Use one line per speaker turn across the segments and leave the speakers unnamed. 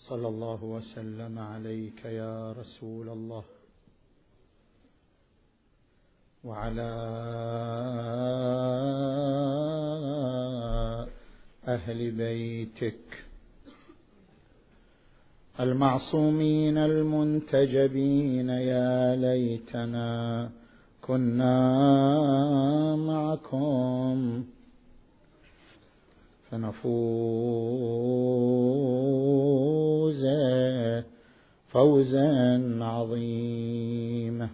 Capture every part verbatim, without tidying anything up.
صلى الله وسلم عليك يا رسول الله وعلى أهل بيتك المعصومين المنتجبين. يا ليتنا كنا معكم فنفوز فوزا عظيما.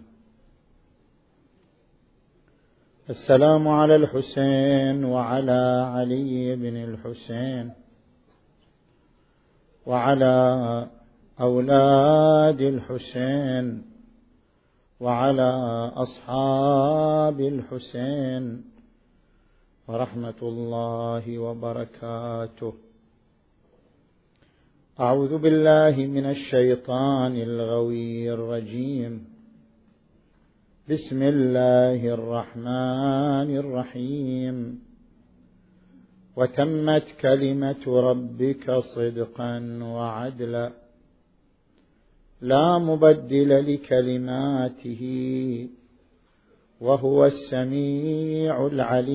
السلام على الحسين وعلى علي بن الحسين وعلى أولاد الحسين وعلى أصحاب الحسين ورحمة الله وبركاته. أعوذ بالله من الشيطان الغوي الرجيم. بسم الله الرحمن الرحيم. وتمت كلمة ربك صدقا وعدلا لا مبدل لكلماته وهو السميع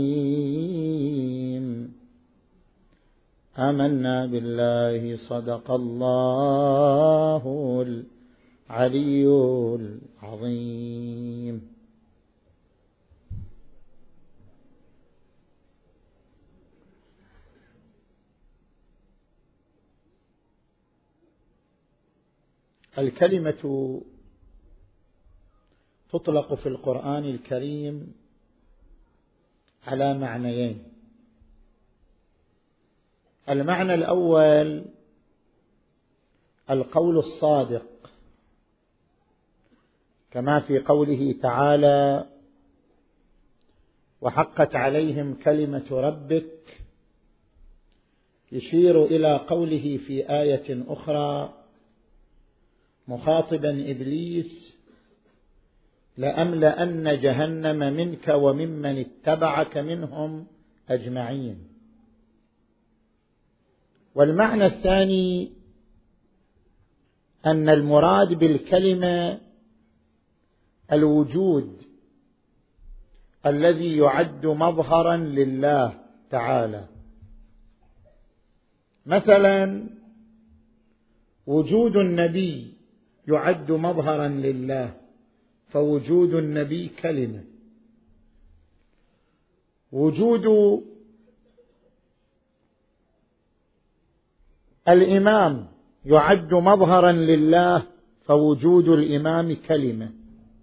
العليم. آمنا بالله صدق الله العلي العظيم. الكلمة تطلق في القرآن الكريم على معنيين. المعنى الأول القول الصادق، كما في قوله تعالى: وحقت عليهم كلمة ربك، يشير إلى قوله في آية أخرى مخاطبا إبليس: لأملأن جهنم منك وممن اتبعك منهم أجمعين. والمعنى الثاني أن المراد بالكلمة الوجود الذي يعد مظهرا لله تعالى. مثلا وجود النبي يعد مظهرا لله، فوجود النبي كلمة. وجود الإمام يعد مظهرا لله، فوجود الإمام كلمة.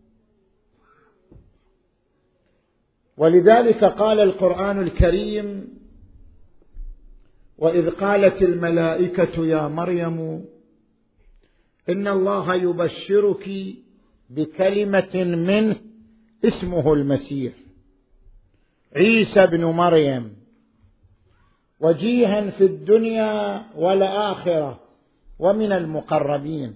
ولذلك قال القرآن الكريم: وإذ قالت الملائكة يا مريم إن الله يبشرك بكلمة منه اسمه المسيح عيسى بن مريم وجيها في الدنيا والآخرة ومن المقربين.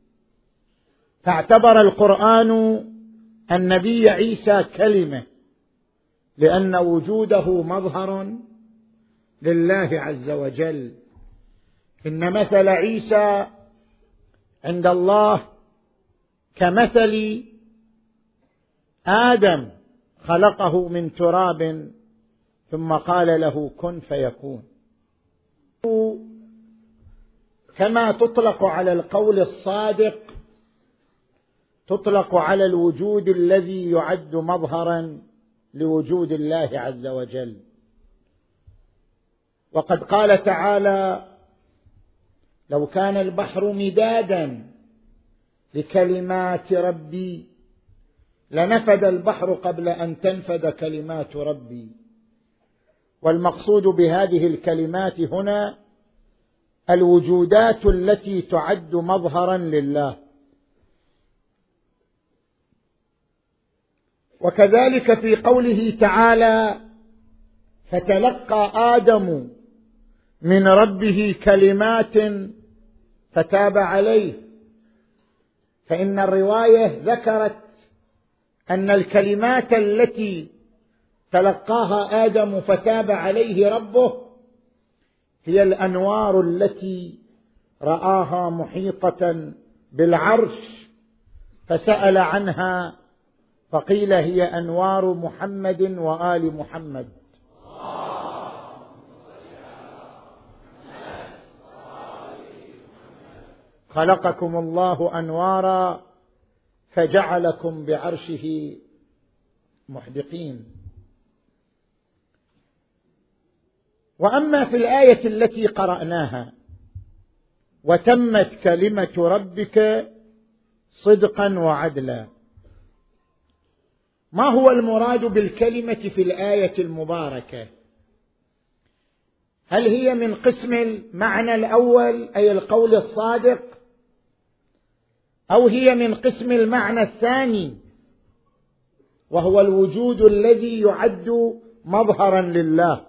فاعتبر القرآن النبي عيسى كلمة، لأن وجوده مظهر لله عز وجل. إن مثل عيسى عند الله كمثل آدم خلقه من تراب ثم قال له كن فيكون. كما تطلق على القول الصادق تطلق على الوجود الذي يعد مظهرا لوجود الله عز وجل. وقد قال تعالى: لو كان البحر مدادا لكلمات ربي لنفد البحر قبل أن تنفد كلمات ربي. والمقصود بهذه الكلمات هنا الوجودات التي تعد مظهرا لله. وكذلك في قوله تعالى: فتلقى آدم من ربه كلمات فتاب عليه، فإن الرواية ذكرت أن الكلمات التي تلقاها آدم فتاب عليه ربه هي الأنوار التي رآها محيطة بالعرش فسأل عنها فقيل هي أنوار محمد وآل محمد. خلقكم الله أنوارا فجعلكم بعرشه محدقين. وأما في الآية التي قرأناها وتمت كلمة ربك صدقا وعدلا، ما هو المراد بالكلمة في الآية المباركة؟ هل هي من قسم المعنى الأول أي القول الصادق، أو هي من قسم المعنى الثاني وهو الوجود الذي يعد مظهرا لله؟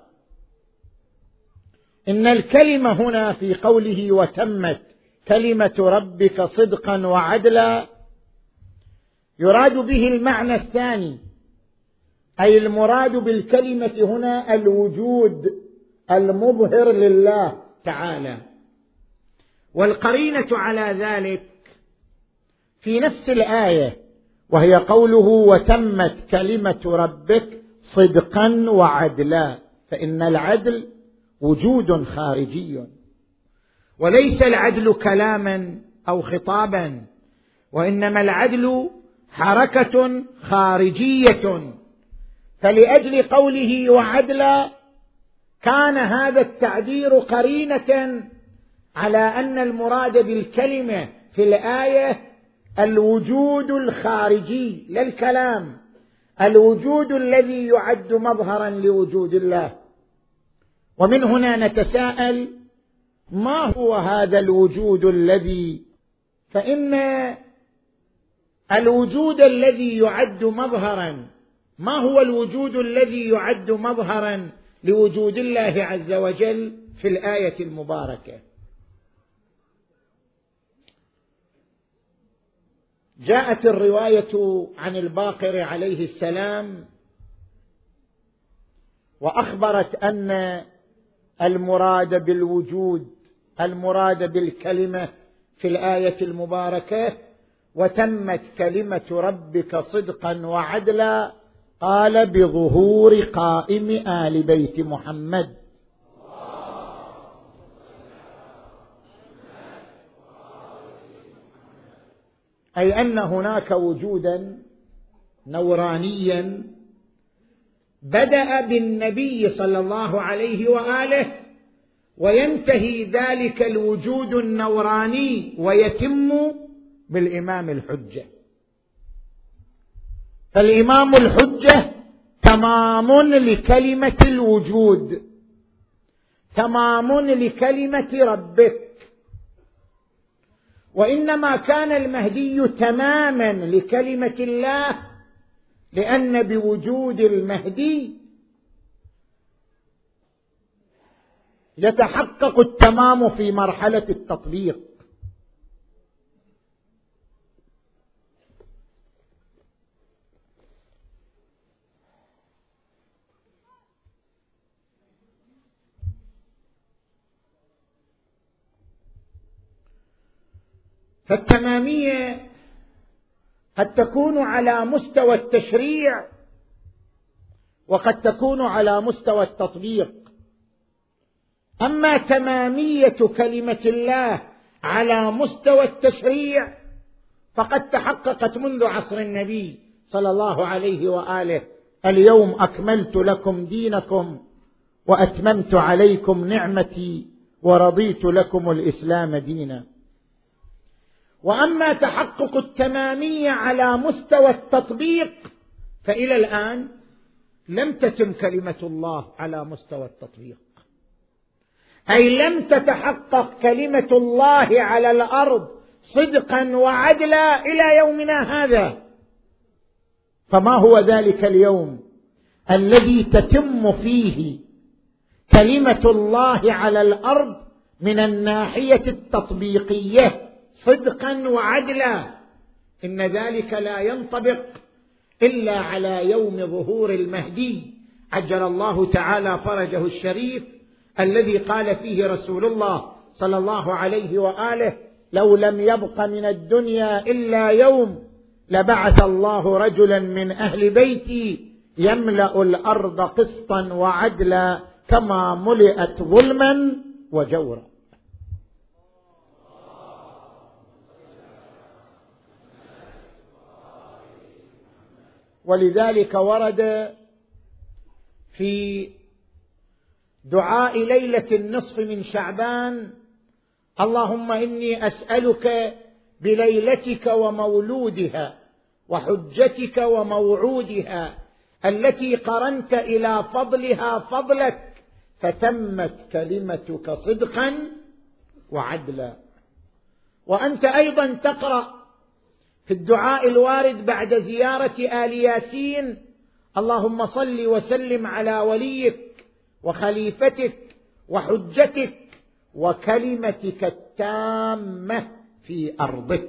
إن الكلمة هنا في قوله وتمت كلمة ربك صدقا وعدلا يراد به المعنى الثاني، أي المراد بالكلمة هنا الوجود المظهر لله تعالى. والقرينة على ذلك في نفس الآية وهي قوله وتمت كلمة ربك صدقا وعدلا، فإن العدل وجود خارجي، وليس العدل كلاما أو خطابا، وإنما العدل حركة خارجية. فلأجل قوله وعدلا كان هذا التعبير قرينة على أن المراد بالكلمة في الآية الوجود الخارجي لا الكلام، الوجود الذي يعد مظهرا لوجود الله. ومن هنا نتساءل ما هو هذا الوجود الذي، فإن الوجود الذي يعد مظهرا، ما هو الوجود الذي يعد مظهرا لوجود الله عز وجل في الآية المباركة؟ جاءت الرواية عن الباقر عليه السلام وأخبرت أن المراد بالوجود المراد بالكلمة في الآية المباركة وتمت كلمة ربك صدقا وعدلا، قال بظهور قائم آل بيت محمد. أي أن هناك وجودا نورانيا بدأ بالنبي صلى الله عليه وآله، وينتهي ذلك الوجود النوراني ويتم بالإمام الحجة. فالإمام الحجة تمام لكلمة الوجود، تمام لكلمة ربك. وإنما كان المهدي تماما لكلمة الله لأن بوجود المهدي يتحقق التمام في مرحلة التطبيق. فالتمامية قد تكون على مستوى التشريع وقد تكون على مستوى التطبيق. أما تمامية كلمة الله على مستوى التشريع فقد تحققت منذ عصر النبي صلى الله عليه وآله: اليوم أكملت لكم دينكم وأتممت عليكم نعمتي ورضيت لكم الإسلام دينا. وأما تحقق التمامية على مستوى التطبيق فإلى الآن لم تتم كلمة الله على مستوى التطبيق، أي لم تتحقق كلمة الله على الأرض صدقا وعدلا إلى يومنا هذا. فما هو ذلك اليوم الذي تتم فيه كلمة الله على الأرض من الناحية التطبيقية صدقا وعدلا؟ إن ذلك لا ينطبق إلا على يوم ظهور المهدي عجل الله تعالى فرجه الشريف، الذي قال فيه رسول الله صلى الله عليه وآله: لو لم يبق من الدنيا إلا يوم لبعث الله رجلا من أهل بيتي يملأ الأرض قسطا وعدلا كما ملئت ظلما وجورا. ولذلك ورد في دعاء ليلة النصف من شعبان: اللهم إني أسألك بليلتك ومولودها وحجتك وموعودها التي قرنت إلى فضلها فضلك فتمت كلمتك صدقا وعدلا. وأنت أيضا تقرأ في الدعاء الوارد بعد زيارة آل ياسين: اللهم صل وسلم على وليك وخليفتك وحجتك وكلمتك التامة في أرضك.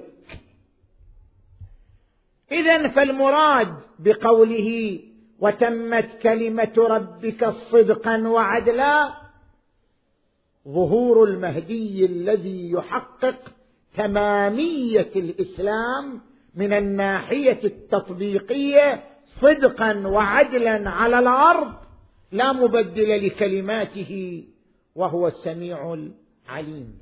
إذن فالمراد بقوله وتمت كلمة ربك صدقا وعدلا ظهور المهدي الذي يحقق تمامية الإسلام من الناحية التطبيقية صدقا وعدلا على الأرض، لا مبدل لكلماته، وهو السميع العليم.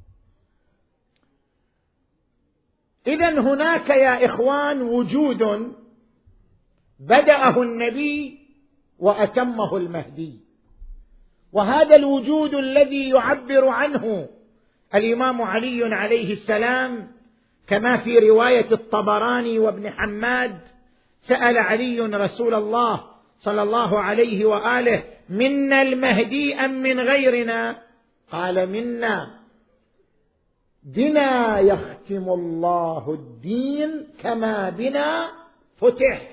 إذن هناك يا إخوان وجود بدأه النبي وأتمه المهدي، وهذا الوجود الذي يعبر عنه الإمام علي عليه السلام كما في رواية الطبراني وابن حماد: سأل علي رسول الله صلى الله عليه وآله: منا المهدي أم من غيرنا؟ قال: منا. بنا يختم الله الدين كما بنا فتح.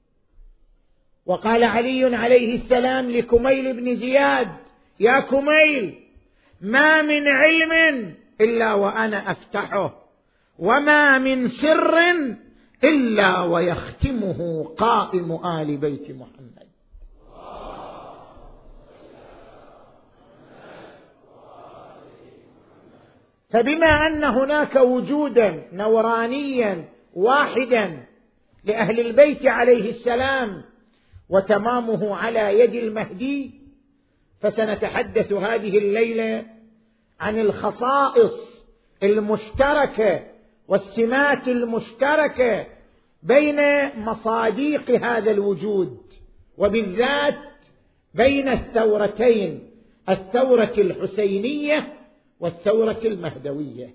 وقال علي عليه السلام لكميل بن زياد: يا كميل، ما من علم إلا وأنا أفتحه، وما من سر إلا ويختمه قائم آل بيت محمد. فبما أن هناك وجودا نورانيا واحدا لأهل البيت عليه السلام وتمامه على يد المهدي، فسنتحدث هذه الليلة عن الخصائص المشتركة والسمات المشتركة بين مصاديق هذا الوجود، وبالذات بين الثورتين: الثورة الحسينية والثورة المهدوية.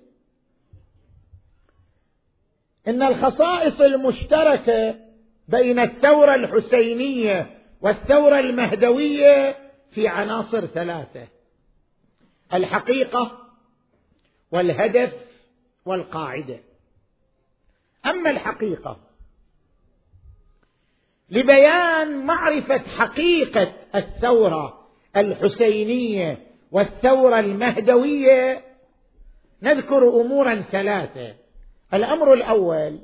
إن الخصائص المشتركة بين الثورة الحسينية والثورة المهدوية في عناصر ثلاثة: الحقيقة والهدف والقاعدة. أما الحقيقة، لبيان معرفة حقيقة الثورة الحسينية والثورة المهدوية نذكر أمورا ثلاثة. الأمر الأول: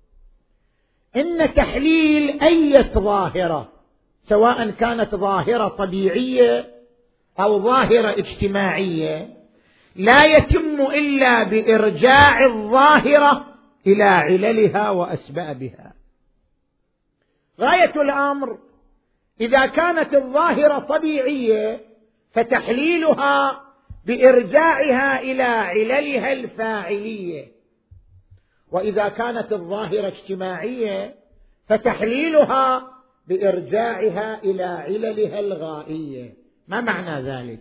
إن تحليل أي ظاهرة، سواء كانت ظاهرة طبيعية أو ظاهرة اجتماعية، لا يتم إلا بإرجاع الظاهرة إلى عللها وأسبابها. غاية الأمر إذا كانت الظاهرة طبيعية فتحليلها بإرجاعها إلى عللها الفاعلية، وإذا كانت الظاهرة اجتماعية فتحليلها بإرجاعها إلى عللها الغائية. ما معنى ذلك؟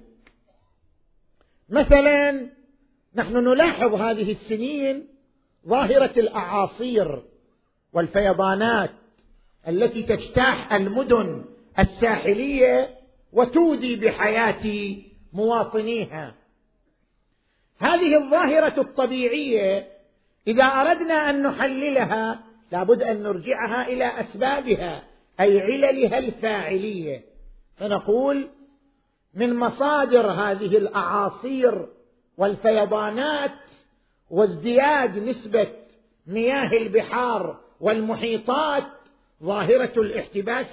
مثلا نحن نلاحظ هذه السنين ظاهرة الأعاصير والفيضانات التي تجتاح المدن الساحلية وتودي بحياة مواطنيها. هذه الظاهرة الطبيعية إذا أردنا أن نحللها لابد أن نرجعها إلى أسبابها، أي عللها الفاعلية، فنقول من مصادر هذه الأعاصير والفيضانات وازدياد نسبة مياه البحار والمحيطات ظاهرة الاحتباس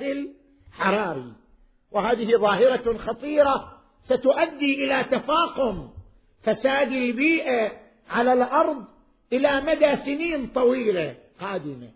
الحراري، وهذه ظاهرة خطيرة ستؤدي إلى تفاقم فساد البيئة على الأرض إلى مدى سنين طويلة قادمة.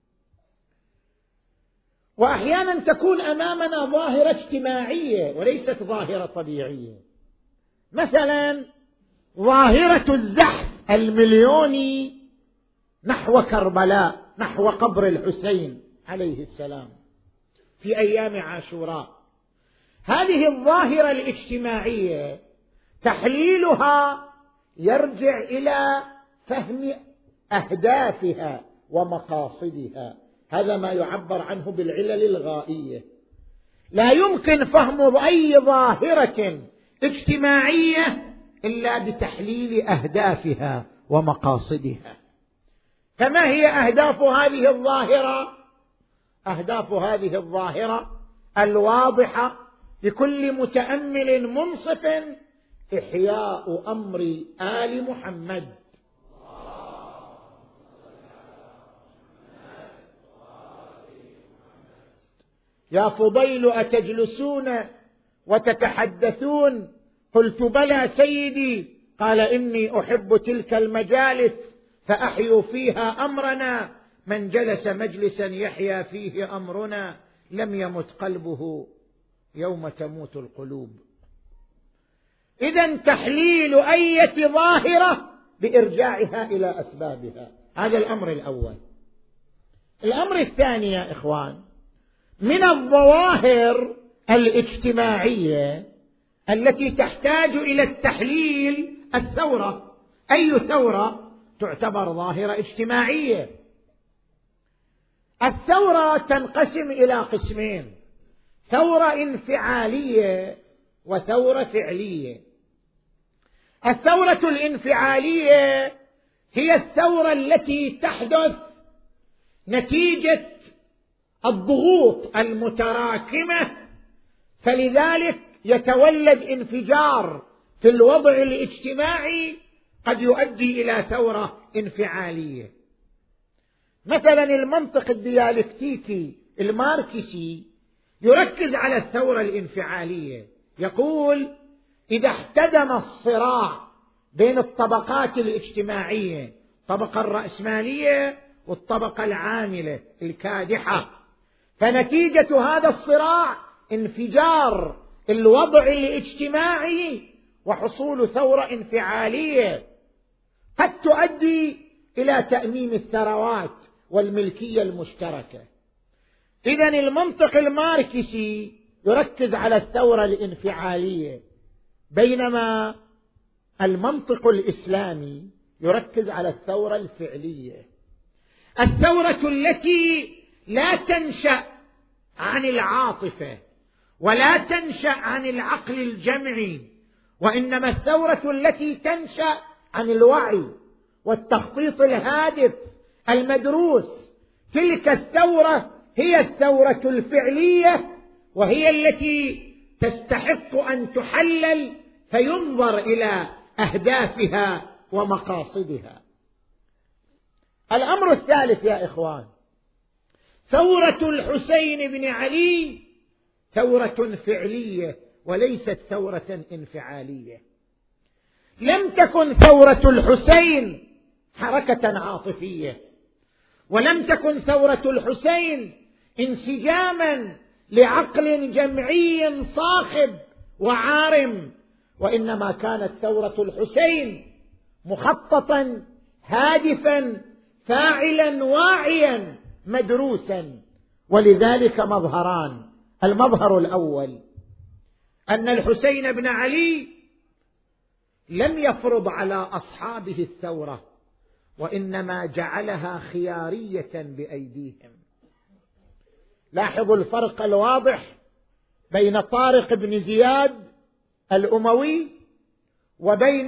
وأحيانا تكون أمامنا ظاهرة اجتماعية وليست ظاهرة طبيعية، مثلا ظاهرة الزحف المليوني نحو كربلاء، نحو قبر الحسين عليه السلام في أيام عاشوراء. هذه الظاهرة الاجتماعية تحليلها يرجع إلى فهم أهدافها ومقاصدها، هذا ما يعبر عنه بالعلل الغائية. لا يمكن فهم أي ظاهرة اجتماعية إلا بتحليل أهدافها ومقاصدها. فما هي أهداف هذه الظاهرة؟ أهداف هذه الظاهرة الواضحة لكل متأمل منصف إحياء أمر آل محمد. يا فضيل أتجلسون وتتحدثون؟ قلت بلى سيدي. قال إني أحب تلك المجالس فأحيوا فيها أمرنا، من جلس مجلسا يحيا فيه أمرنا لم يمت قلبه يوم تموت القلوب. إذن تحليل أية ظاهرة بإرجاعها إلى أسبابها، هذا الأمر الأول. الأمر الثاني يا إخوان، من الظواهر الاجتماعية التي تحتاج إلى التحليل الثورة. أي ثورة تعتبر ظاهرة اجتماعية؟ الثورة تنقسم إلى قسمين: ثورة انفعالية وثورة فعلية. الثورة الانفعالية هي الثورة التي تحدث نتيجة الضغوط المتراكمة، فلذلك يتولد انفجار في الوضع الاجتماعي قد يؤدي إلى ثورة انفعالية. مثلا المنطق الديالكتيكي الماركسي يركز على الثورة الانفعالية، يقول إذا احتدم الصراع بين الطبقات الاجتماعية، الطبقة الرأسمالية والطبقة العاملة الكادحة، فنتيجة هذا الصراع انفجار الوضع الاجتماعي وحصول ثورة انفعالية قد تؤدي إلى تأميم الثروات والملكية المشتركة. إذن المنطق الماركسي يركز على الثورة الانفعالية، بينما المنطق الإسلامي يركز على الثورة الفعلية، الثورة التي لا تنشأ عن العاطفة ولا تنشأ عن العقل الجمعي، وإنما الثورة التي تنشأ عن الوعي والتخطيط الهادف المدروس. تلك الثورة هي الثورة الفعلية، وهي التي تستحق أن تحلل فينظر إلى أهدافها ومقاصدها. الأمر الثالث يا إخوان، ثورة الحسين بن علي ثورة فعلية وليست ثورة انفعالية. لم تكن ثورة الحسين حركة عاطفية، ولم تكن ثورة الحسين انسجاما لعقل جمعي صاخب وعارم، وإنما كانت ثورة الحسين مخططا هادفا فاعلا واعيا مدروسا. ولذلك مظهران: المظهر الأول أن الحسين بن علي لم يفرض على أصحابه الثورة، وإنما جعلها خيارية بأيديهم. لاحظوا الفرق الواضح بين طارق بن زياد الأموي وبين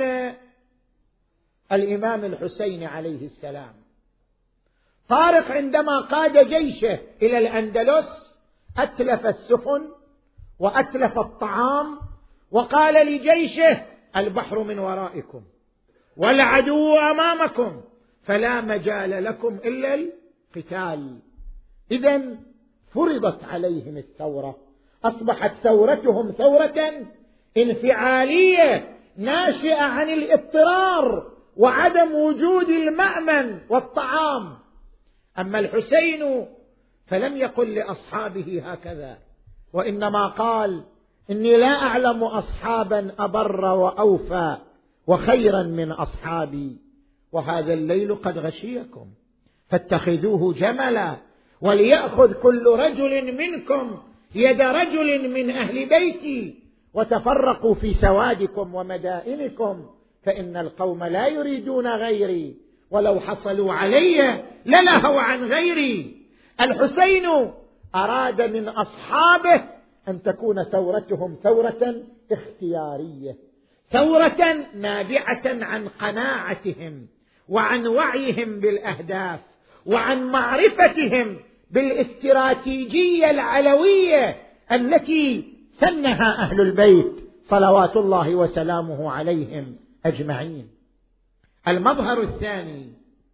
الإمام الحسين عليه السلام. طارق عندما قاد جيشه إلى الأندلس أتلف السفن وأتلف الطعام، وقال لجيشه: البحر من ورائكم والعدو أمامكم فلا مجال لكم إلا القتال. إذن فرضت عليهم الثورة، أصبحت ثورتهم ثورة انفعالية ناشئة عن الاضطرار وعدم وجود المأمن والطعام. أما الحسين فلم يقل لأصحابه هكذا، وإنما قال: إني لا أعلم أصحابا أبر وأوفى وخيرا من أصحابي، وهذا الليل قد غشيكم فاتخذوه جملا، وليأخذ كل رجل منكم يد رجل من أهل بيتي، وتفرقوا في سوادكم ومدائنكم، فإن القوم لا يريدون غيري، ولو حصلوا علي للهوا عن غيري. الحسين أراد من أصحابه أن تكون ثورتهم ثورة اختيارية، ثورة نابعة عن قناعتهم وعن وعيهم بالأهداف وعن معرفتهم بالاستراتيجية العلوية التي سنها أهل البيت صلوات الله وسلامه عليهم أجمعين. المظهر الثاني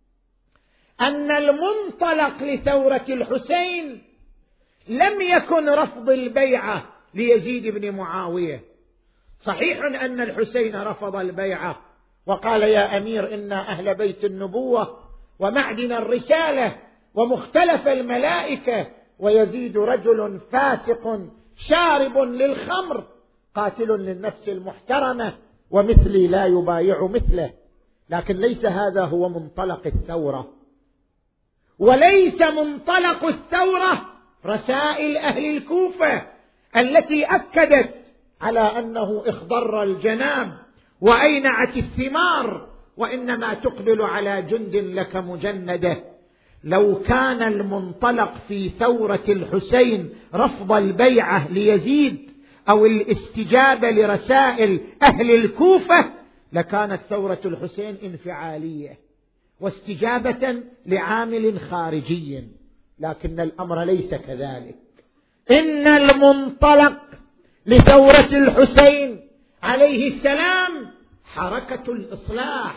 أن المنطلق لثورة الحسين لم يكن رفض البيعة ليزيد بن معاوية. صحيح أن الحسين رفض البيعة وقال: يا أمير، إن أهل بيت النبوة ومعدن الرسالة ومختلف الملائكة، ويزيد رجل فاسق شارب للخمر قاتل للنفس المحترمة، ومثلي لا يبايع مثله. لكن ليس هذا هو منطلق الثورة، وليس منطلق الثورة رسائل أهل الكوفة التي أكدت على أنه اخضر الجناب وأينعت الثمار، وإنما تقبل على جند لك مجندة. لو كان المنطلق في ثورة الحسين رفض البيعة ليزيد أو الاستجابة لرسائل أهل الكوفة، لكانت ثورة الحسين انفعالية واستجابة لعامل خارجي، لكن الأمر ليس كذلك. إن المنطلق لثورة الحسين عليه السلام حركة الإصلاح،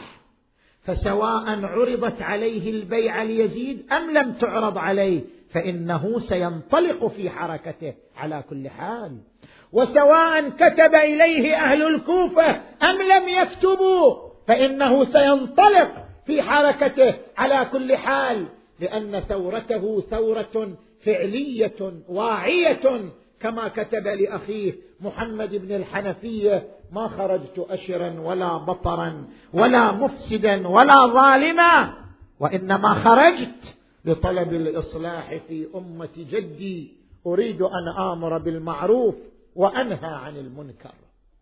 فسواء عرضت عليه البيعة ليزيد أم لم تعرض عليه فإنه سينطلق في حركته على كل حال، وسواء كتب إليه أهل الكوفة أم لم يكتبوا فإنه سينطلق في حركته على كل حال، لأن ثورته ثورة فعلية واعية، كما كتب لأخيه محمد بن الحنفية: ما خرجت أشرا ولا بطرا ولا مفسدا ولا ظالما، وإنما خرجت لطلب الإصلاح في أمة جدي، أريد أن آمر بالمعروف وأنهى عن المنكر.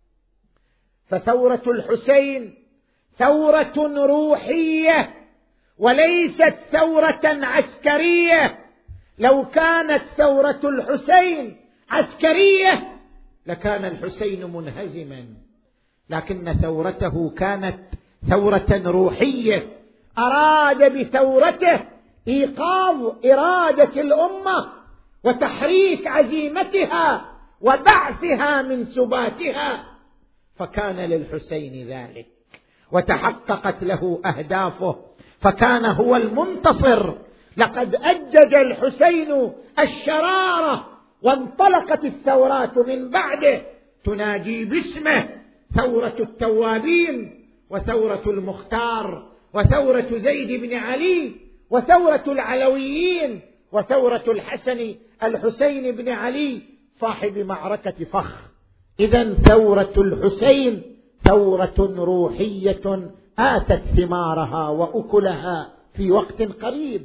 فثورة الحسين ثورة روحية وليست ثورة عسكرية. لو كانت ثورة الحسين عسكرية لكان الحسين منهزما، لكن ثورته كانت ثورة روحية. أراد بثورته إيقاظ إرادة الأمة وتحريك عزيمتها وبعثها من سباتها، فكان للحسين ذلك وتحققت له أهدافه، فكان هو المنتصر. لقد أجج الحسين الشرارة وانطلقت الثورات من بعده تنادي باسمه: ثورة التوابين، وثورة المختار، وثورة زيد بن علي، وثورة العلويين، وثورة الحسن الحسين بن علي صاحب معركة فخ. إذن ثورة الحسين ثورة روحية آتت ثمارها وأكلها في وقت قريب.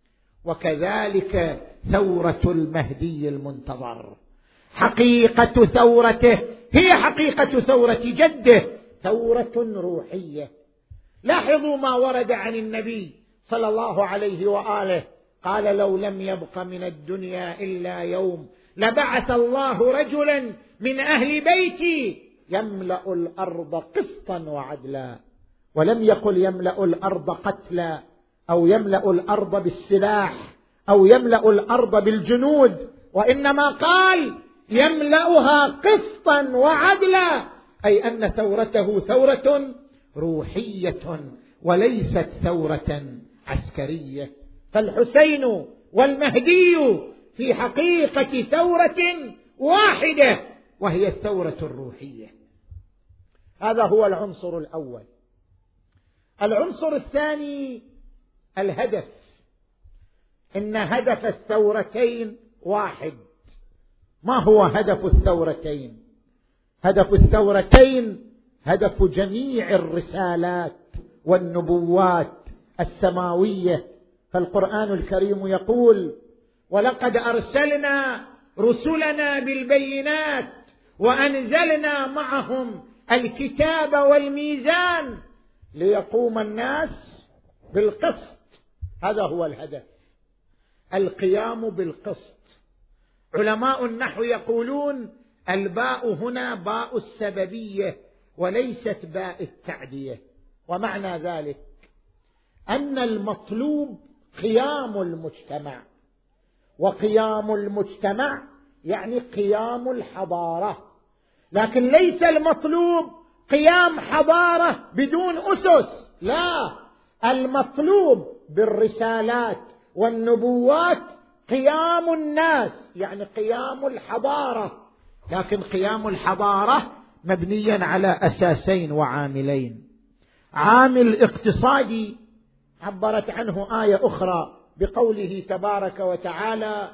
وكذلك ثورة المهدي المنتظر، حقيقة ثورته هي حقيقة ثورة جده، ثورة روحية. لاحظوا ما ورد عن النبي صلى الله عليه وآله، قال: لو لم يبق من الدنيا إلا يوم لبعث الله رجلا من أهل بيتي يملأ الأرض قسطا وعدلا. ولم يقل يملأ الأرض قتلا أو يملأ الأرض بالسلاح أو يملأ الأرض بالجنود، وإنما قال يملأها قسطا وعدلا، أي أن ثورته ثورة روحية وليست ثورة عسكرية. فالحسين والمهدي في حقيقة ثورة واحدة، وهي الثورة الروحية. هذا هو العنصر الأول. العنصر الثاني الهدف. إن هدف الثورتين واحد. ما هو هدف الثورتين؟ هدف الثورتين هدف جميع الرسالات والنبوات السماوية. فالقرآن الكريم يقول: ولقد أرسلنا رسلنا بالبينات وأنزلنا معهم الكتاب والميزان ليقوم الناس بالقسط. هذا هو الهدف، القيام بالقسط. علماء النحو يقولون: الباء هنا باء السببية وليست باء التعدية. ومعنى ذلك أن المطلوب قيام المجتمع، وقيام المجتمع يعني قيام الحضارة. لكن ليس المطلوب قيام حضارة بدون أسس، لا، المطلوب بالرسالات والنبوات قيام الناس، يعني قيام الحضارة. لكن قيام الحضارة مبنيا على أساسين وعاملين: عامل اقتصادي عبرت عنه آية أخرى بقوله تبارك وتعالى: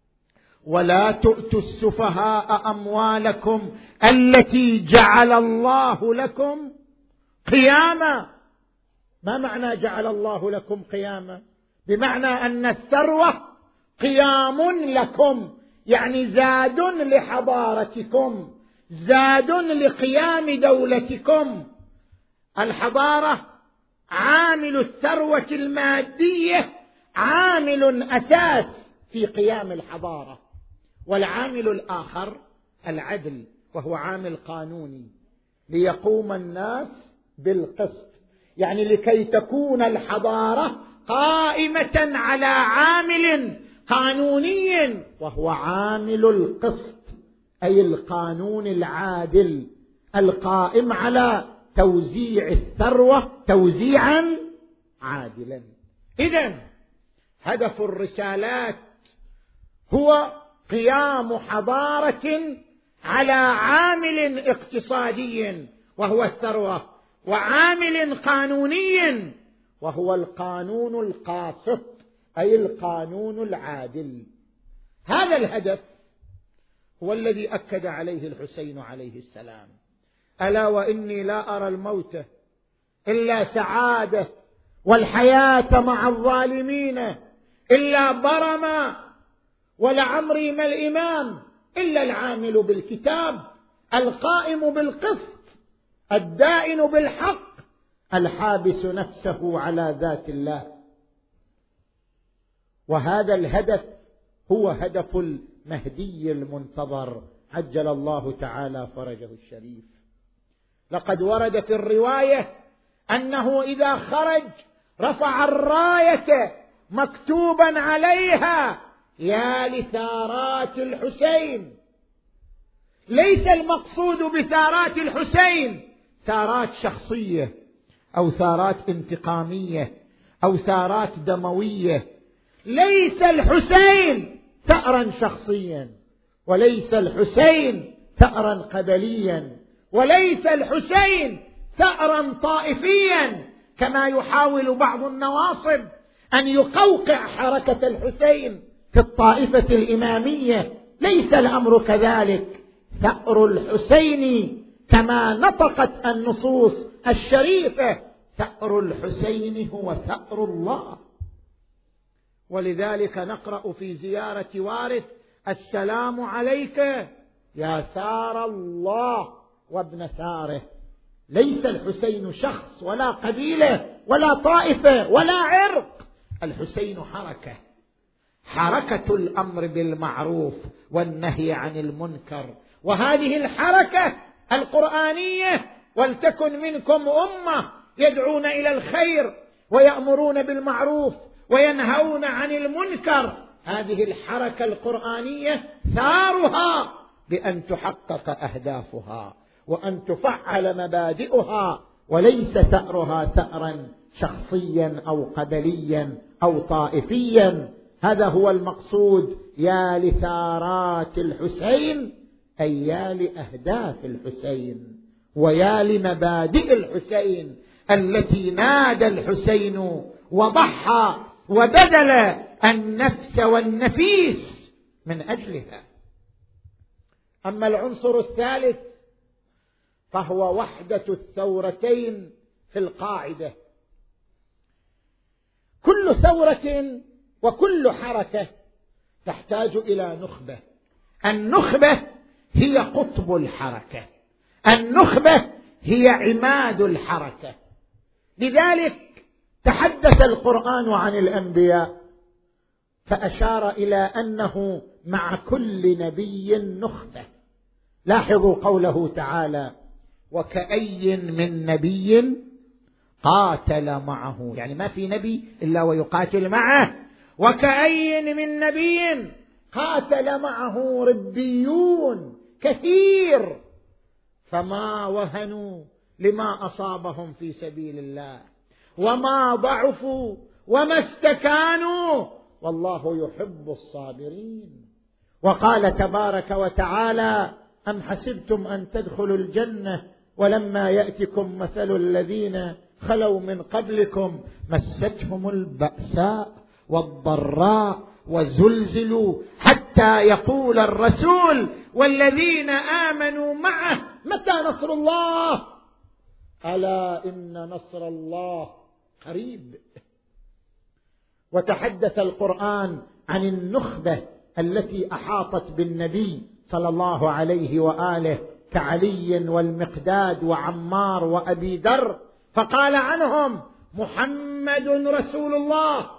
ولا تؤتوا السفهاء أموالكم التي جعل الله لكم قياما. ما معنى جعل الله لكم قياما؟ بمعنى أن الثروة قيام لكم، يعني زاد لحضارتكم، زاد لقيام دولتكم. الحضارة عامل الثروة المادية عامل أساس في قيام الحضارة. والعامل الآخر العدل، وهو عامل قانوني ليقوم الناس بالقسط، يعني لكي تكون الحضارة قائمة على عامل قانوني وهو عامل القسط، أي القانون العادل القائم على توزيع الثروة توزيعا عادلا. إذن هدف الرسالات هو قيام حضارة على عامل اقتصادي وهو الثروة، وعامل قانوني وهو القانون القاسط، أي القانون العادل. هذا الهدف هو الذي أكد عليه الحسين عليه السلام: ألا وإني لا أرى الموت إلا سعادة، والحياة مع الظالمين إلا برما، ولعمري ما الإمام إلا العامل بالكتاب، القائم بالقسط، الدائن بالحق، الحابس نفسه على ذات الله. وهذا الهدف هو هدف المهدي المنتظر عجل الله تعالى فرجه الشريف. لقد ورد في الرواية أنه إذا خرج رفع الراية مكتوبا عليها: يا لثارات الحسين. ليس المقصود بثارات الحسين ثارات شخصية أو ثارات انتقامية أو ثارات دموية. ليس الحسين ثأرا شخصيا، وليس الحسين ثأرا قبليا، وليس الحسين ثأرا طائفيا كما يحاول بعض النواصب أن يقوقع حركة الحسين في الطائفة الإمامية. ليس الأمر كذلك. ثأر الحسين كما نطقت النصوص الشريفة: ثأر الحسين هو ثأر الله. ولذلك نقرأ في زيارة وارث: السلام عليك يا ثار الله وابن ثاره. ليس الحسين شخص ولا قبيلة ولا طائفة ولا عرق. الحسين حركة، حركة الأمر بالمعروف والنهي عن المنكر. وهذه الحركة القرآنية: ولتكن منكم أمة يدعون إلى الخير ويأمرون بالمعروف وينهون عن المنكر، هذه الحركة القرآنية ثارها بأن تحقق أهدافها وأن تفعل مبادئها، وليس ثأرها ثأرا شخصيا أو قبليا أو طائفيا. هذا هو المقصود: يا لثارات الحسين، أي يا لأهداف الحسين. ويا لمبادئ الحسين التي نادى الحسين وضحى وبذل النفس والنفيس من أجلها. أما العنصر الثالث فهو وحدة الثورتين في القاعدة. كل ثورة وكل حركة تحتاج إلى نخبة. النخبة هي قطب الحركة، النخبة هي عماد الحركة. لذلك تحدث القرآن عن الأنبياء فأشار إلى أنه مع كل نبي نخبة. لاحظوا قوله تعالى: وكأي من نبي قاتل معه، يعني ما في نبي إلا ويقاتل معه. وكأي من نبي قاتل معه ربيون كثير فما وهنوا لما أصابهم في سبيل الله وما ضعفوا وما استكانوا والله يحب الصابرين. وقال تبارك وتعالى: أم حسبتم أن تدخلوا الجنة ولما يأتكم مثل الذين خلوا من قبلكم مستهم البأساء والضراء وزلزلوا حتى يقول الرسول والذين آمنوا معه متى نصر الله ألا إن نصر الله قريب. وتحدث القرآن عن النخبة التي أحاطت بالنبي صلى الله عليه وآله كعلي والمقداد وعمار وأبي ذر، فقال عنهم: محمد رسول الله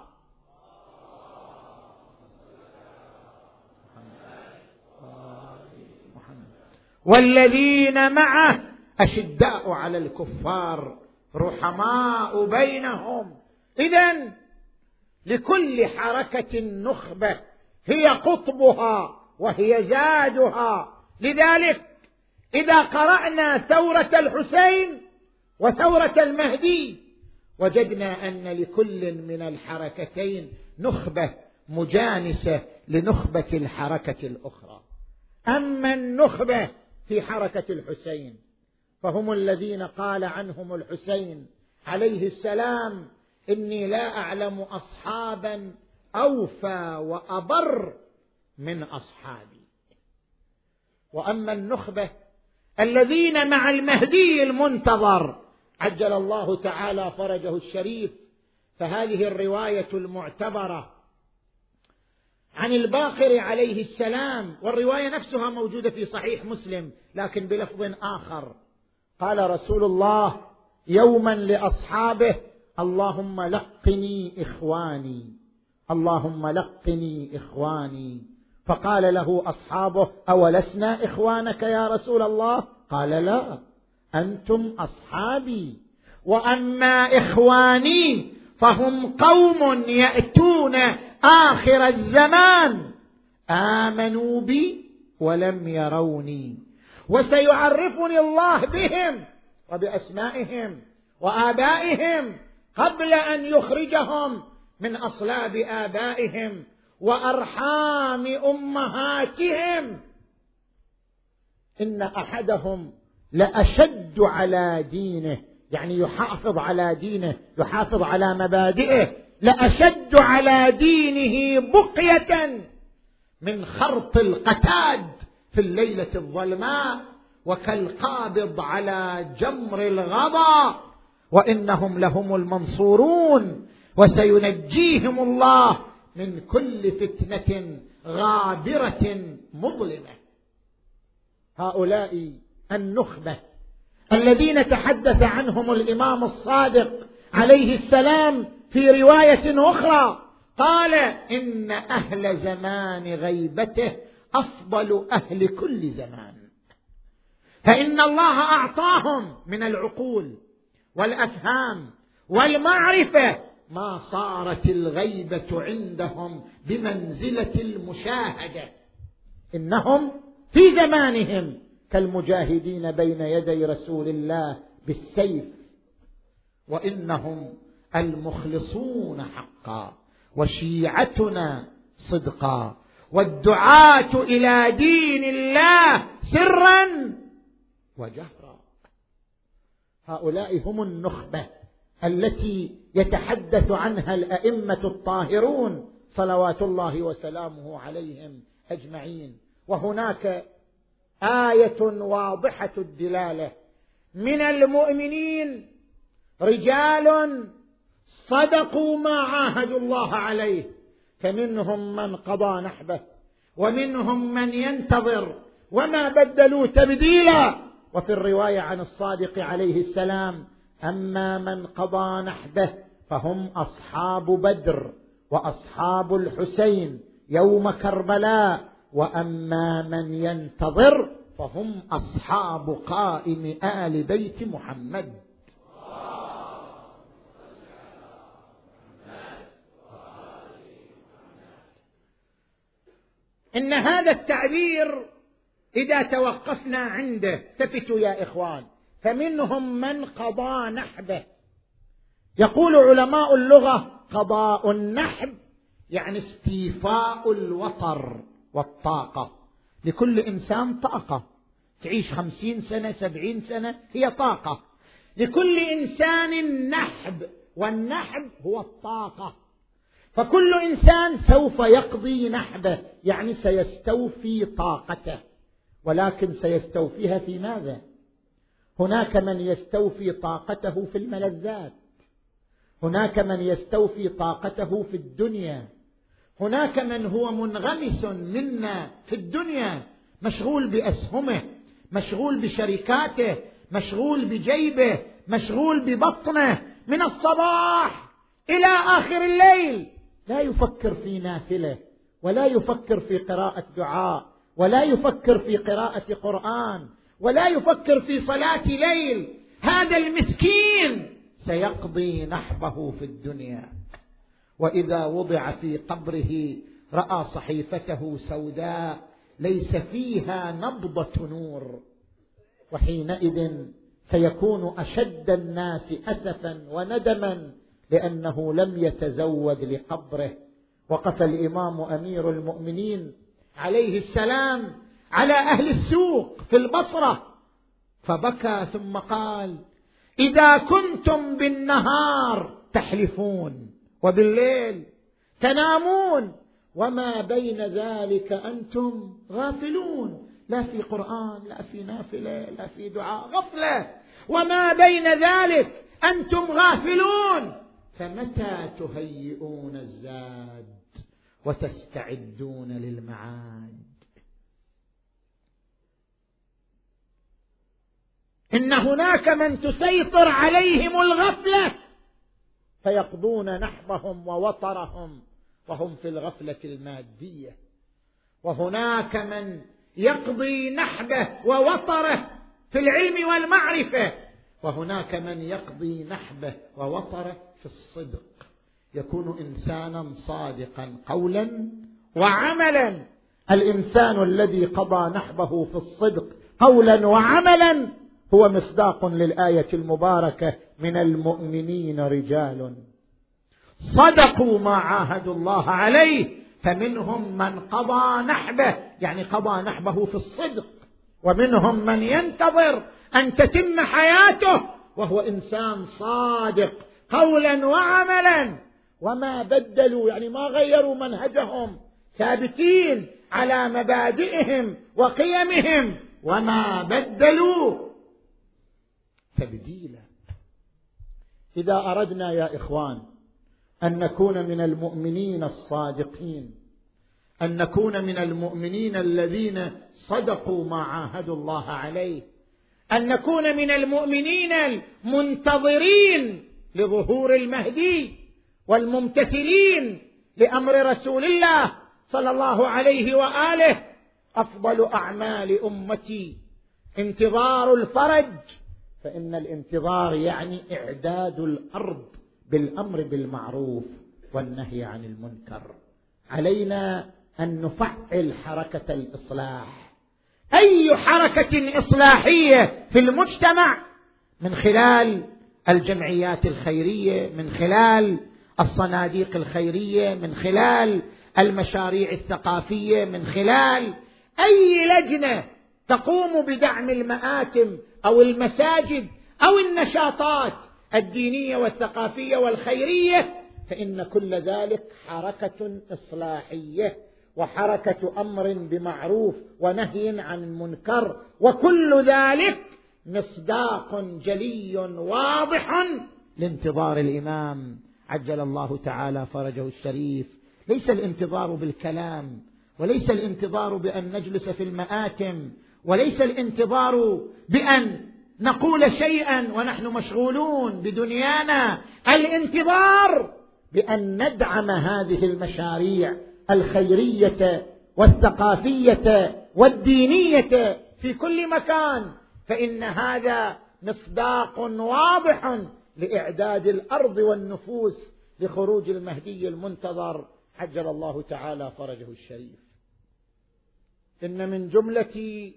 والذين معه أشداء على الكفار رحماء بينهم. إذن لكل حركة نخبة هي قطبها وهي زادها. لذلك إذا قرأنا ثورة الحسين وثورة المهدي وجدنا أن لكل من الحركتين نخبة مجانسة لنخبة الحركة الأخرى. أما النخبة في حركة الحسين فهم الذين قال عنهم الحسين عليه السلام: إني لا أعلم أصحابا أوفى وأبر من أصحابي. وأما النخبة الذين مع المهدي المنتظر عجل الله تعالى فرجه الشريف، فهذه الرواية المعتبرة عن الباقر عليه السلام، والرواية نفسها موجودة في صحيح مسلم لكن بلفظ آخر. قال رسول الله يوما لأصحابه: اللهم لقني إخواني، اللهم لقني إخواني. فقال له أصحابه: أولسنا إخوانك يا رسول الله؟ قال: لا، أنتم أصحابي. وأما إخواني فهم قوم يأتون آخر الزمان آمنوا بي ولم يروني، وسيعرفني الله بهم وبأسمائهم وآبائهم قبل أن يخرجهم من أصلاب آبائهم وأرحام أمهاتهم. إن أحدهم لأشد على دينه، يعني يحافظ على دينه، يحافظ على مبادئه، لأشد على دينه بقية من خرط القتاد في الليلة الظلماء وكالقابض على جمر الغضا، وإنهم لهم المنصورون وسينجيهم الله من كل فتنة غابرة مظلمة. هؤلاء النخبة الذين تحدث عنهم الإمام الصادق عليه السلام في رواية أخرى، قال: إن أهل زمان غيبته أفضل أهل كل زمان، فإن الله أعطاهم من العقول والأفهام والمعرفة ما صارت الغيبة عندهم بمنزلة المشاهدة. إنهم في زمانهم كالمجاهدين بين يدي رسول الله بالسيف، وإنهم المخلصون حقا وشيعتنا صدقا والدعاة إلى دين الله سرا وجهرا. هؤلاء هم النخبة التي يتحدث عنها الأئمة الطاهرون صلوات الله وسلامه عليهم أجمعين. وهناك آية واضحة الدلالة: من المؤمنين رجال صدقوا ما عاهدوا الله عليه فمنهم من قضى نحبه ومنهم من ينتظر وما بدلوا تبديلا. وفي الرواية عن الصادق عليه السلام: أما من قضى نحبه فهم أصحاب بدر وأصحاب الحسين يوم كربلاء، وأما من ينتظر فهم أصحاب قائم آل بيت محمد. إن هذا التعبير إذا توقفنا عنده التفتوا يا إخوان، فمنهم من قضى نحبه. يقول علماء اللغة: قضاء النحب يعني استيفاء الوطر والطاقة. لكل إنسان طاقة، تعيش خمسين سنة سبعين سنة هي طاقة. لكل إنسان نحب، والنحب هو الطاقة. فكل إنسان سوف يقضي نحبه، يعني سيستوفي طاقته، ولكن سيستوفيها في ماذا؟ هناك من يستوفي طاقته في الملذات، هناك من يستوفي طاقته في الدنيا، هناك من هو منغمس منا في الدنيا، مشغول بأسهمه، مشغول بشركاته، مشغول بجيبه، مشغول ببطنه من الصباح إلى آخر الليل، لا يفكر في نافلة، ولا يفكر في قراءة دعاء، ولا يفكر في قراءة قرآن، ولا يفكر في صلاة ليل. هذا المسكين سيقضي نحبه في الدنيا، وإذا وضع في قبره رأى صحيفته سوداء ليس فيها نبضة نور، وحينئذ سيكون أشد الناس أسفا وندما لأنه لم يتزود لقبره. وقف الإمام أمير المؤمنين عليه السلام على أهل السوق في البصرة فبكى ثم قال: إذا كنتم بالنهار تحلفون وبالليل تنامون وما بين ذلك أنتم غافلون، لا في قرآن لا في نافلة لا في دعاء، غفلة، وما بين ذلك أنتم غافلون، فمتى تهيئون الزاد وتستعدون للمعاد؟ إن هناك من تسيطر عليهم الغفلة فيقضون نحبهم ووطرهم وهم في الغفلة المادية، وهناك من يقضي نحبه ووطره في العلم والمعرفة، وهناك من يقضي نحبه ووطره في الصدق، يكون إنسانا صادقا قولا وعملا. الإنسان الذي قضى نحبه في الصدق قولا وعملا هو مصداق للآية المباركة: من المؤمنين رجال صدقوا ما عاهدوا الله عليه فمنهم من قضى نحبه، يعني قضى نحبه في الصدق، ومنهم من ينتظر أن تتم حياته وهو إنسان صادق قولا وعملا، وما بدلوا، يعني ما غيروا منهجهم، ثابتين على مبادئهم وقيمهم وما بدلوا تبديلا. إذا أردنا يا إخوان أن نكون من المؤمنين الصادقين، أن نكون من المؤمنين الذين صدقوا ما عاهدوا الله عليه، أن نكون من المؤمنين المنتظرين لظهور المهدي والممتثلين لأمر رسول الله صلى الله عليه وآله، أفضل أعمال أمتي انتظار الفرج، فإن الانتظار يعني إعداد الأرض بالأمر بالمعروف والنهي عن المنكر. علينا أن نفعل حركة الإصلاح، أي حركة إصلاحية في المجتمع، من خلال الجمعيات الخيرية، من خلال الصناديق الخيرية، من خلال المشاريع الثقافية، من خلال أي لجنة تقوم بدعم المآتم أو المساجد أو النشاطات الدينية والثقافية والخيرية، فإن كل ذلك حركة إصلاحية وحركة أمر بمعروف ونهي عن المنكر، وكل ذلك مصداق جلي واضح لانتظار الإمام عجل الله تعالى فرجه الشريف. ليس الانتظار بالكلام، وليس الانتظار بأن نجلس في المآتم، وليس الانتظار بأن نقول شيئا ونحن مشغولون بدنيانا. الانتظار بأن ندعم هذه المشاريع الخيرية والثقافية والدينية في كل مكان، فإن هذا مصداق واضح لإعداد الأرض والنفوس لخروج المهدي المنتظر عجل الله تعالى فرجه الشريف. إن من جملة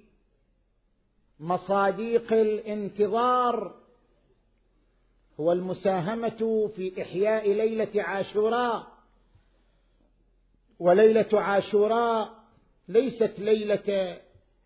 مصاديق الانتظار هو المساهمة في إحياء ليلة عاشوراء. وليلة عاشوراء ليست ليلة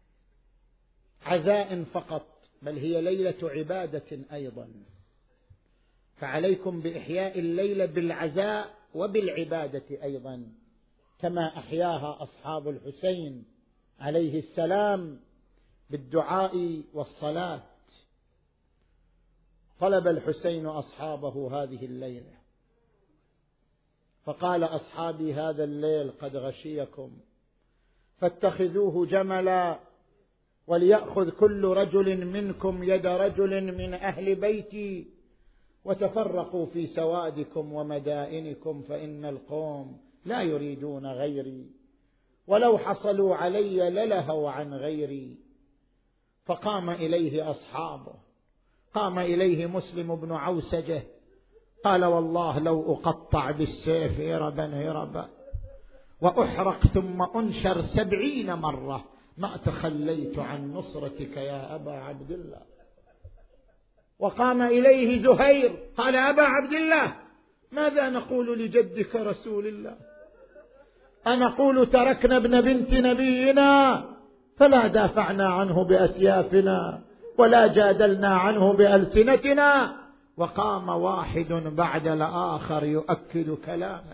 عزاء فقط، بل هي ليلة عبادة أيضا، فعليكم بإحياء الليلة بالعزاء وبالعبادة أيضا، كما أحياها أصحاب الحسين عليه السلام بالدعاء والصلاة. طلب الحسين أصحابه هذه الليلة فقال: أصحابي هذا الليل قد غشيكم فاتخذوه جملا، وليأخذ كل رجل منكم يد رجل من أهل بيتي، وتفرقوا في سوادكم ومدائنكم، فإن القوم لا يريدون غيري، ولو حصلوا علي للهوا عن غيري. فقام إليه أصحابه، قام إليه مسلم بن عوسجة قال: والله لو أقطع بالسيف هربا هربا وأحرق ثم أنشر سبعين مرة ما تخليت عن نصرتك يا أبا عبد الله. وقام إليه زهير قال: أبا عبد الله، ماذا نقول لجدك رسول الله؟ أنقول تركنا ابن بنت نبينا فلا دافعنا عنه بأسيافنا ولا جادلنا عنه بألسنتنا. وقام واحد بعد الآخر يؤكد كلامه.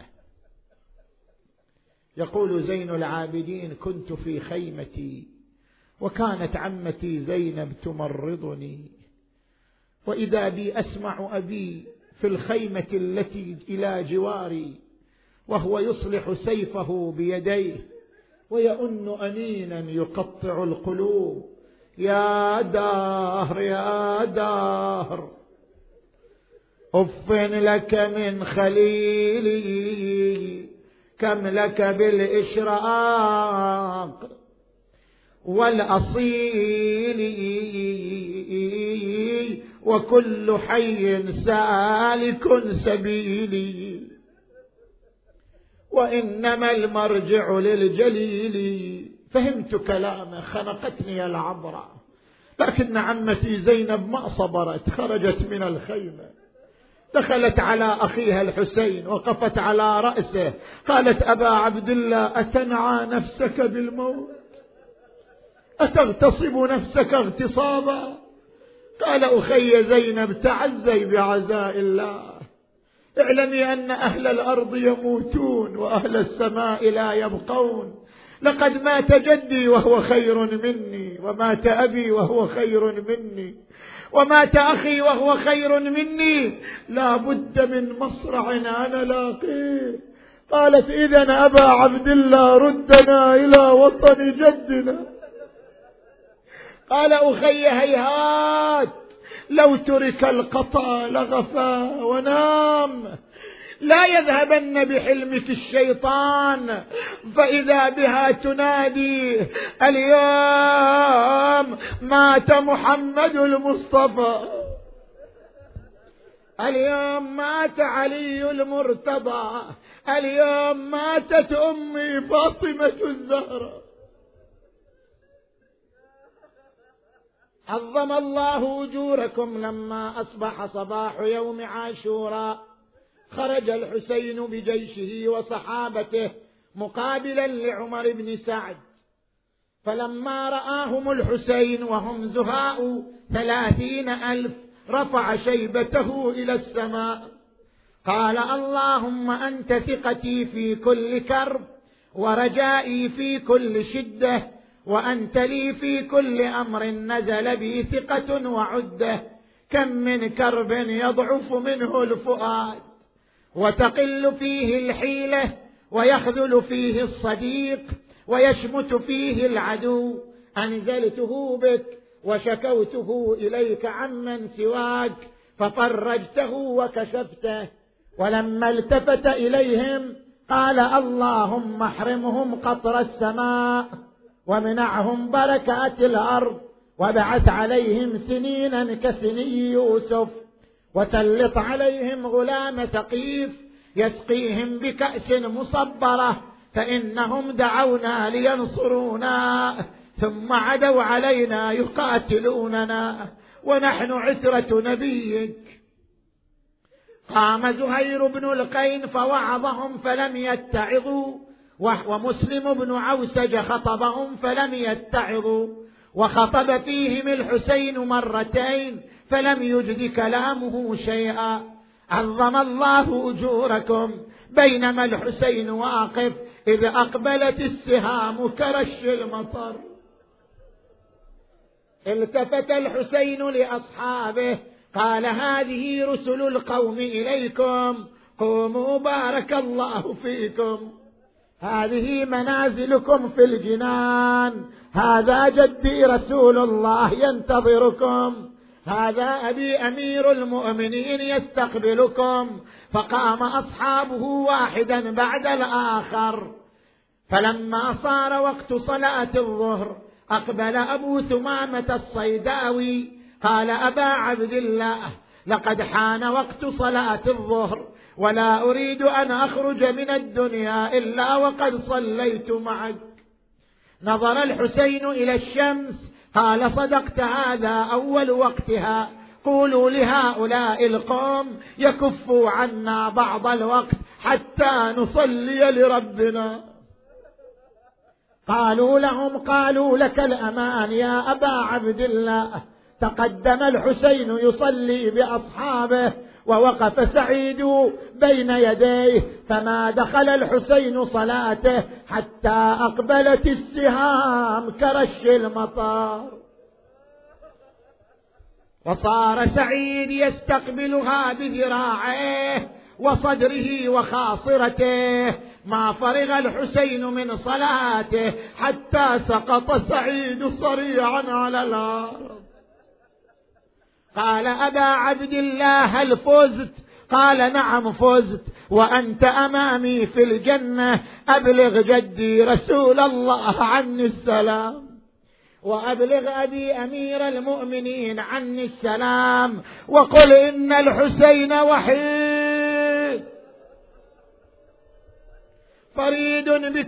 يقول زين العابدين: كنت في خيمتي وكانت عمتي زينب تمرضني، وإذا بي أسمع أبي في الخيمة التي إلى جواري وهو يصلح سيفه بيديه ويؤن أنينا يقطع القلوب: يا دهر يا دهر أف لك من خليلي، كم لك بالإشراق والأصيل، وكل حي سالك سبيلي، وإنما المرجع للجليل. فهمت كلامه، خنقتني العبرة، لكن عمتي زينب ما صبرت، خرجت من الخيمة، دخلت على أخيها الحسين، وقفت على رأسه، قالت: أبا عبد الله، أتنعى نفسك بالموت؟ أتغتصب نفسك اغتصابا؟ قال: أخي زينب، تعزي بعزاء الله، اعلمي أن أهل الأرض يموتون وأهل السماء لا يبقون. لقد مات جدي وهو خير مني، ومات أبي وهو خير مني، ومات أخي وهو خير مني، لا بد من مصرع أنا لاقيه. قالت: إذن أبا عبد الله، ردنا إلى وطن جدنا. قال: أخي هيهات، لو ترك القطع لغفى ونام، لا يذهبن بحلمك الشيطان، فإذا بها تنادي: اليوم مات محمد المصطفى، اليوم مات علي المرتضى، اليوم ماتت أمي فاطمة الزهراء. عظم الله أجوركم. لما أصبح صباح يوم عاشوراء خرج الحسين بجيشه وصحابته مقابلا لعمر بن سعد، فلما رآهم الحسين وهم زهاء ثلاثين ألف رفع شيبته إلى السماء قال اللهم أنت ثقتي في كل كرب ورجائي في كل شدة وأنت لي في كل أمر نزل بي ثقة وعدة كم من كرب يضعف منه الفؤاد وتقل فيه الحيلة ويخذل فيه الصديق ويشمت فيه العدو أنزلته بك وشكوته إليك عمن سواك ففرجته وكشفته. ولما التفت إليهم قال اللهم احرمهم قطر السماء ومنعهم بركات الأرض وابعث عليهم سنينا كسني يوسف وسلط عليهم غلام ثقيف يسقيهم بكأس مصبرة فإنهم دعونا لينصرونا ثم عدوا علينا يقاتلوننا ونحن عترة نبيك. قام زهير بن القين فوعظهم فلم يتعظوا ومسلم بن عوسج خطبهم فلم يتعظوا وخطب فيهم الحسين مرتين فلم يجد كلامه شيئا. عظم الله أجوركم بينما الحسين واقف إذ أقبلت السهام كرش المطر. التفت الحسين لأصحابه قال هذه رسل القوم إليكم قوموا بارك الله فيكم هذه منازلكم في الجنان هذا جدي رسول الله ينتظركم هذا أبي أمير المؤمنين يستقبلكم. فقام أصحابه واحدا بعد الآخر. فلما صار وقت صلاة الظهر أقبل أبو ثمامة الصيداوي قال أبا عبد الله لقد حان وقت صلاة الظهر ولا أريد أن أخرج من الدنيا إلا وقد صليت معك. نظر الحسين إلى الشمس قال صدقت هذا أول وقتها قولوا لهؤلاء القوم يكفوا عنا بعض الوقت حتى نصلي لربنا. قالوا لهم قالوا لك الأمان يا أبا عبد الله. تقدم الحسين يصلي بأصحابه ووقف سعيد بين يديه فما دخل الحسين صلاته حتى أقبلت السهام كرش المطر وصار سعيد يستقبلها بذراعيه وصدره وخاصرته. ما فرغ الحسين من صلاته حتى سقط سعيد صريعا على الأرض. قال أبا عبد الله هل فزت؟ قال نعم فزت وأنت أمامي في الجنة. أبلغ جدي رسول الله عني السلام وأبلغ أبي أمير المؤمنين عني السلام وقل إن الحسين وحيد فريد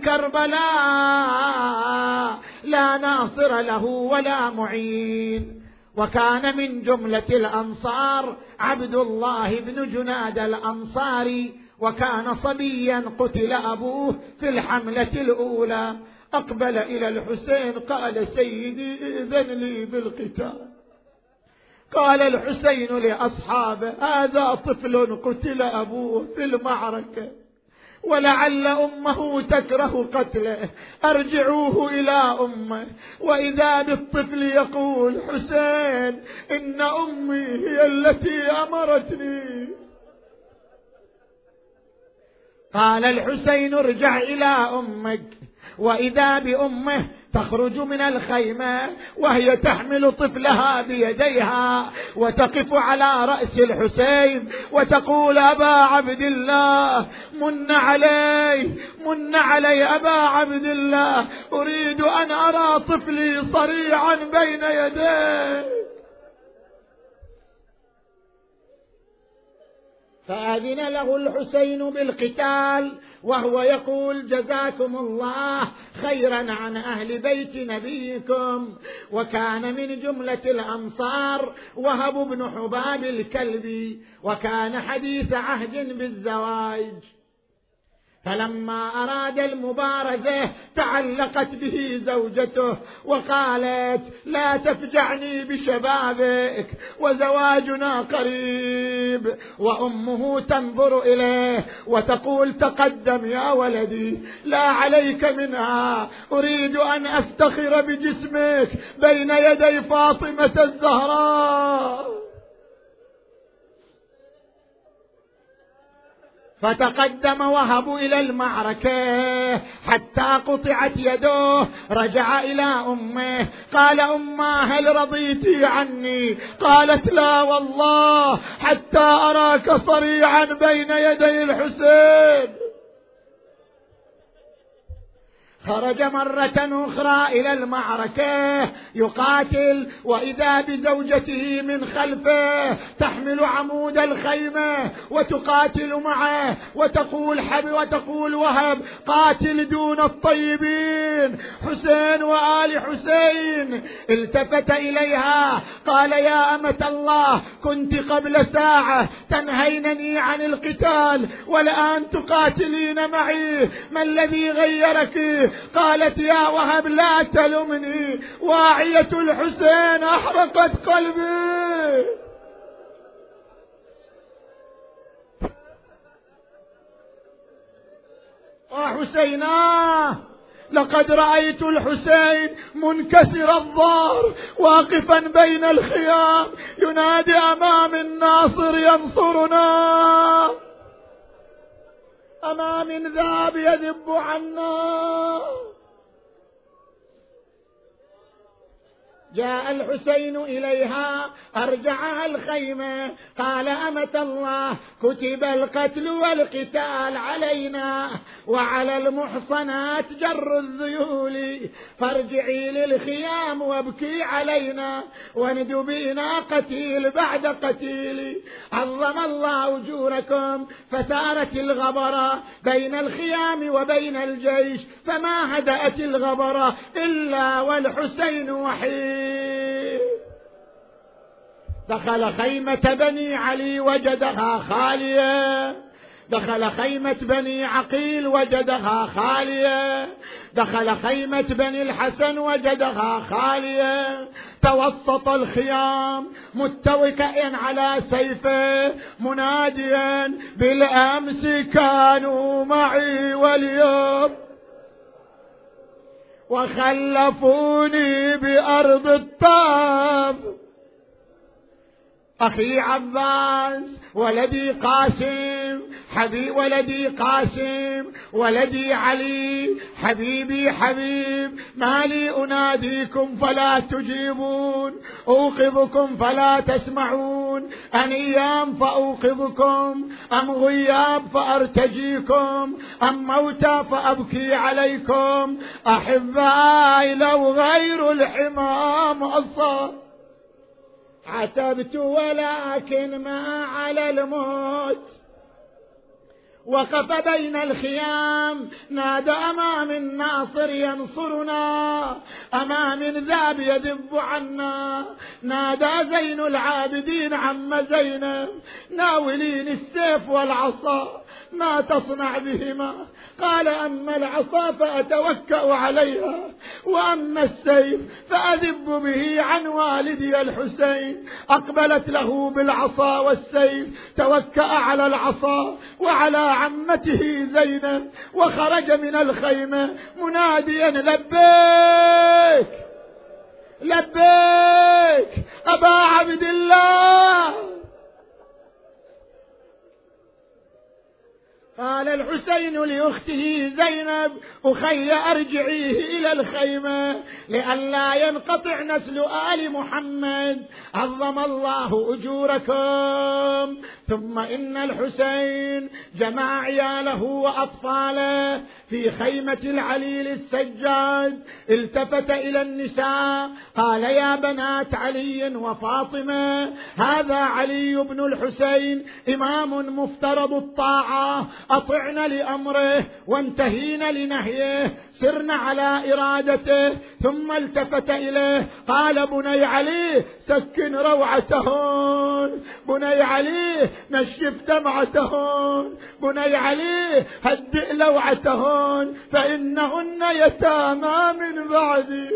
بكربلاء لا ناصر له ولا معين. وكان من جملة الأنصار عبد الله بن جناد الأنصاري وكان صبيا قتل أبوه في الحملة الأولى. أقبل إلى الحسين قال سيدي إذن لي بالقتال. قال الحسين لأصحابه هذا طفل قتل أبوه في المعركة ولعل أمه تكره قتله أرجعوه إلى أمه. وإذا بالطفل يقول حسين إن أمي هي التي أمرتني. قال الحسين ارجع إلى أمك. وإذا بأمه تخرج من الخيمة وهي تحمل طفلها بيديها وتقف على رأس الحسين وتقول أبا عبد الله من علي من علي أبا عبد الله أريد أن أرى طفلي صريعا بين يديه. فأذن له الحسين بالقتال وهو يقول جزاكم الله خيرا عن أهل بيت نبيكم. وكان من جملة الأنصار وهب بن حباب الكلبي وكان حديث عهد بالزواج. فلما أراد المبارزة تعلقت به زوجته وقالت: لا تفجعني بشبابك وزواجنا قريب. وأمه تنظر إليه وتقول: تقدم يا ولدي، لا عليك منها، أريد أن أفتخر بجسمك بين يدي فاطمة الزهراء. فتقدم وهب إلى المعركة حتى قطعت يده. رجع إلى أمه قال: أمه هل رضيتي عني؟ قالت: لا والله، حتى أراك صريعا بين يدي الحسين. خرج مرة أخرى إلى المعركة يقاتل، وإذا بزوجته من خلفه تحمل عمود الخيمة وتقاتل معه وتقول حب وتقول وهب: قاتل دون الطيبين، حسين وآل حسين. التفت إليها قال: يا أمة الله، كنت قبل ساعة تنهينني عن القتال والآن تقاتلين معي، ما الذي غيرك؟ قالت: يا وهب لا تلمني، واعية الحسين أحرقت قلبي. وحسينا لقد رأيت الحسين منكسر الظهر واقفا بين الخيام ينادي أمام الناصر ينصرنا، أما من ذاب يذب عنا. جاء الحسين إليها أرجعها الخيمة قال: أمة الله، كتب القتل والقتال علينا وعلى المحصنات جر الذيول، فارجعي للخيام وابكي علينا وندبينا قتيل بعد قتيل. عظم الله أجوركم. فثارت الغبرة بين الخيام وبين الجيش، فما هدأت الغبرة إلا والحسين وحيد. دخل خيمة بني علي وجدها خالية، دخل خيمة بني عقيل وجدها خالية، دخل خيمة بني الحسن وجدها خالية. توسط الخيام متوكئا على سيفه مناديا: بالأمس كانوا معي واليوم وخلفوني بأرض الطاف. أخي عباس، ولدي قاسم، حبيب ولدي قاسم، ولدي علي، حبيبي حبيب، ما لي أناديكم فلا تجيبون، أوقظكم فلا تسمعون، أنيام فأوقظكم، أم غياب فأرتجيكم، أم موتى فأبكي عليكم. أحبائي، لو غير الحمام أصاب عتبت ولكن ما على الموت. وقف بين الخيام نادى أمام الناصر ينصرنا، أمام ذاب يذب عنا. نادى زين العابدين عم زينب: ناولين السيف والعصا، ما تصنع بهما؟ قال: أما العصا فأتوكأ عليها، وأما السيف فأذب به عن والدي الحسين. أقبلت له بالعصا والسيف، توكأ على العصا وعلى عمته زينب، وخرج من الخيمة مناديا: لبيك لبيك أبا عبد الله. قال الحسين لأخته زينب: أخي أرجعيه إلى الخيمة لئلا ينقطع نسل آل محمد، عظم الله أجوركم. ثم إن الحسين جمع عياله وأطفاله في خيمة العليل السجاد التفت إلى النساء قال: يا بنات علي وفاطمة، هذا علي بن الحسين إمام مفترض الطاعة، أطعن لأمره وانتهين لنهيه، سرن على إرادته. ثم التفت إليه قال: بني علي سكن روعتهن، بني علي نشف دمعتهن، بني علي هدئ لوعتهن، فإنهن يتامى من بعدي.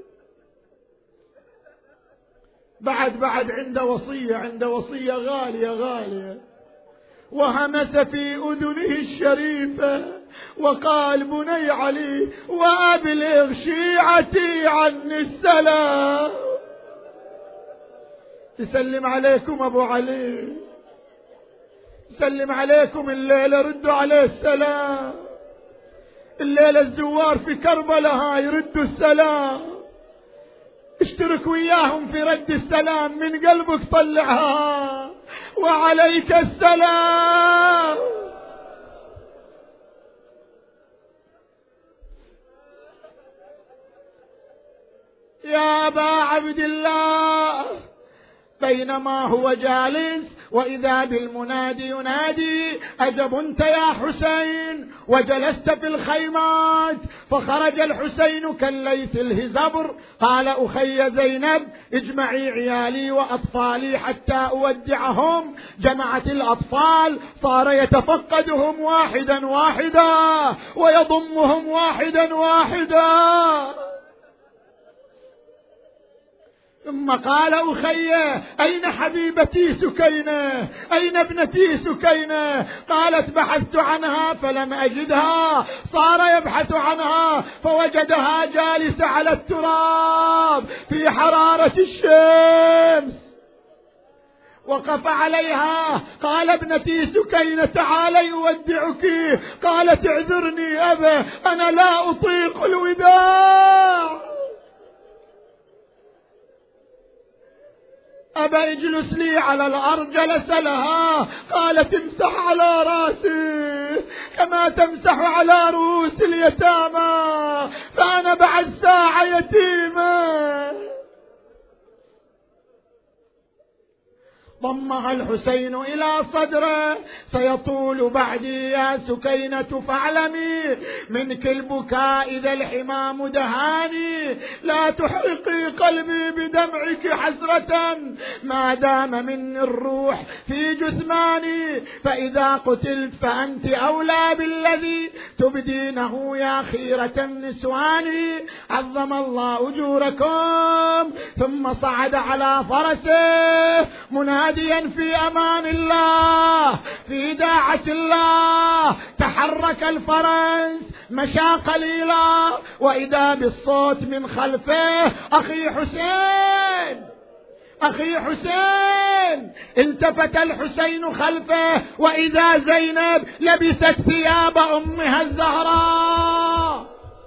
بعد بعد عنده وصية، عنده وصية غالية غالية. وهمس في أذنه الشريفة وقال: بني علي وأبلغ شيعتي عني السلام. يسلم عليكم أبو علي، يسلم عليكم الليلة، ردوا عليه السلام. الليلة الزوار في كربلاء هاي ردوا السلام، اشترك وياهم في رد السلام، من قلبك طلعها: وعليك السلام. يا أبا عبد الله، بينما هو جالس وإذا بالمنادي ينادي: أجب أنت يا حسين، وجلست في الخيمات. فخرج الحسين كالليث الهزبر قال: أخي زينب اجمعي عيالي وأطفالي حتى أودعهم. جمعت الأطفال، صار يتفقدهم واحدا واحدا ويضمهم واحدا واحدا. ثم قال: أخي أين حبيبتي سكينة، أين ابنتي سكينة؟ قالت: بحثت عنها فلم أجدها. صار يبحث عنها فوجدها جالسة على التراب في حرارة الشمس. وقف عليها قال: ابنتي سكينة تعالي أودعك. قالت: اعذرني أبا، أنا لا أطيق الوداع. أبا اجلس لي على الأرض. جلس لها. قالت: امسح على راسي كما تمسح على رؤوس اليتامى، فأنا بعد ساعة يتيمة. ضمها الحسين إلى صدره: سيطول بعدي يا سكينة، فاعلمي منك البكاء إذا الحمام دهاني، لا تحرقي قلبي بدمعك حسرة ما دام مني الروح في جثماني، فإذا قتلت فأنت أولى بالذي تبدينه يا خيرة النسوان. عظم الله أجوركم. ثم صعد على فرسه مناديا في أمان الله، في داعة الله. تحرك الفرس، مشى قليلا، وإذا بالصوت من خلفه: أخي حسين، أخي حسين. التفت الحسين خلفه وإذا زينب لبست ثياب أمها الزهراء.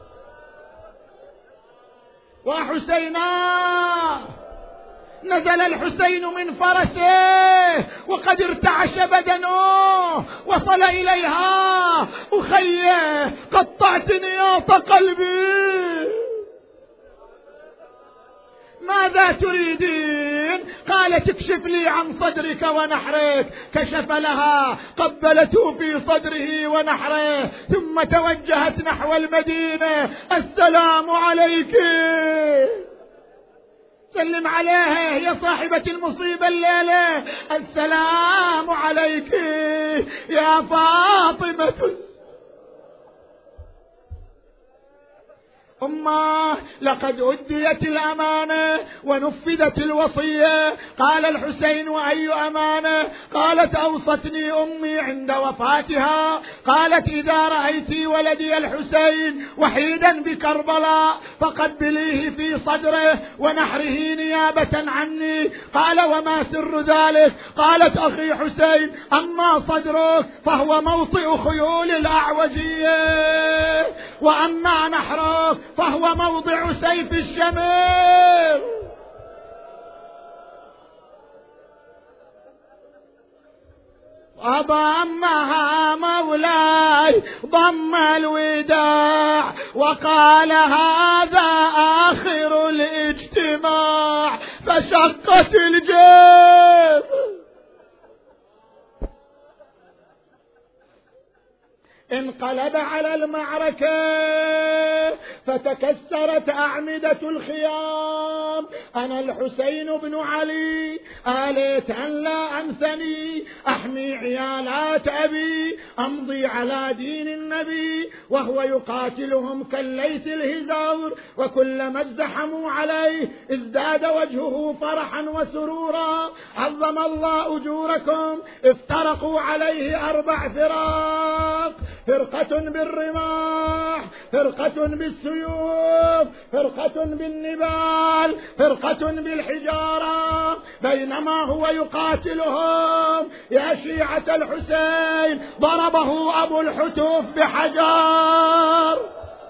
وحسينا نزل الحسين من فرسه وقد ارتعش بدنه، وصل إليها: أخي قطعت نياط قلبي، ماذا تريدين؟ قالت: اكشف لي عن صدرك ونحرك. كشف لها، قبلته في صدره ونحره، ثم توجهت نحو المدينة: السلام عليك. سلم عليها، هي صاحبة المصيبة الليلة. السلام عليك يا فاطمة. أمه لقد أديت الأمانة ونفذت الوصية. قال الحسين: وأي أمانة؟ قالت: أوصتني أمي عند وفاتها، قالت: إذا رأيت ولدي الحسين وحيدا بكربلاء فقبليه في صدره ونحره نيابة عني. قال: وما سر ذلك؟ قالت: أخي حسين، أما صدرك فهو موطئ خيول الأعوجية، وأما نحرك فهو موضع سيف الشمر. وضمها مولاي ضم الوداع وقال هذا آخر الاجتماع، فشقت الجيب. انقلب على المعركة فتكسرت أعمدة الخيام. أنا الحسين بن علي آليت أن لا أنثني، أحمي عيالات أبي، أمضي على دين النبي، وهو يقاتلهم كالليث الهزار. وكلما ازدحموا عليه ازداد وجهه فرحا وسرورا. عظم الله أجوركم. افترقوا عليه أربع فرق، فرقة بالرماح، فرقة بالسيوف، فرقة بالنبال، فرقة بالحجارة. بينما هو يقاتلهم يا شيعة الحسين ضربه أبو الحتوف بحجر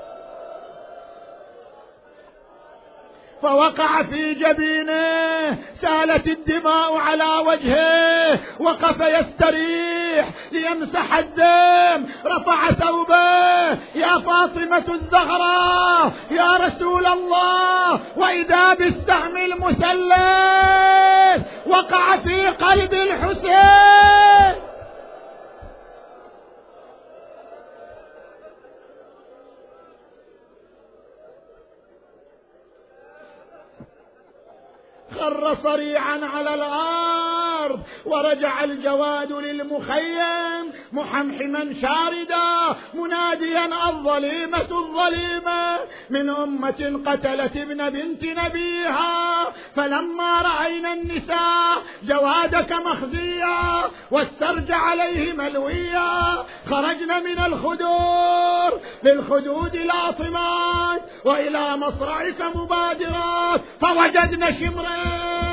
فوقع في جبينه، سالت الدماء على وجهه، وقف يستريح ليمسح الدم، رفع ثوبه، يا فاطمة الزهراء يا رسول الله، وإذا بالسهم المثلث وقع في قلب الحسين. خر صريعا على الأرض، ورجع الجواد للمخيم محمحما شاردا مناديا الظليمة الظليمة من أمة قتلت ابن بنت نبيها. فلما رأينا النساء جوادك مخزيا والسرج عليه ملويا، خرجنا من الخدور للخدود لاطمات، وإلى مصرعك مبادرات، فوجدنا شمرين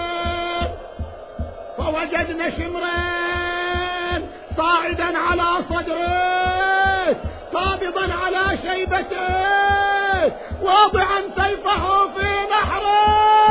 فوجدنا شمرين صاعدا على صدره، قابضا على شيبته، واضعا سيفه في نحره.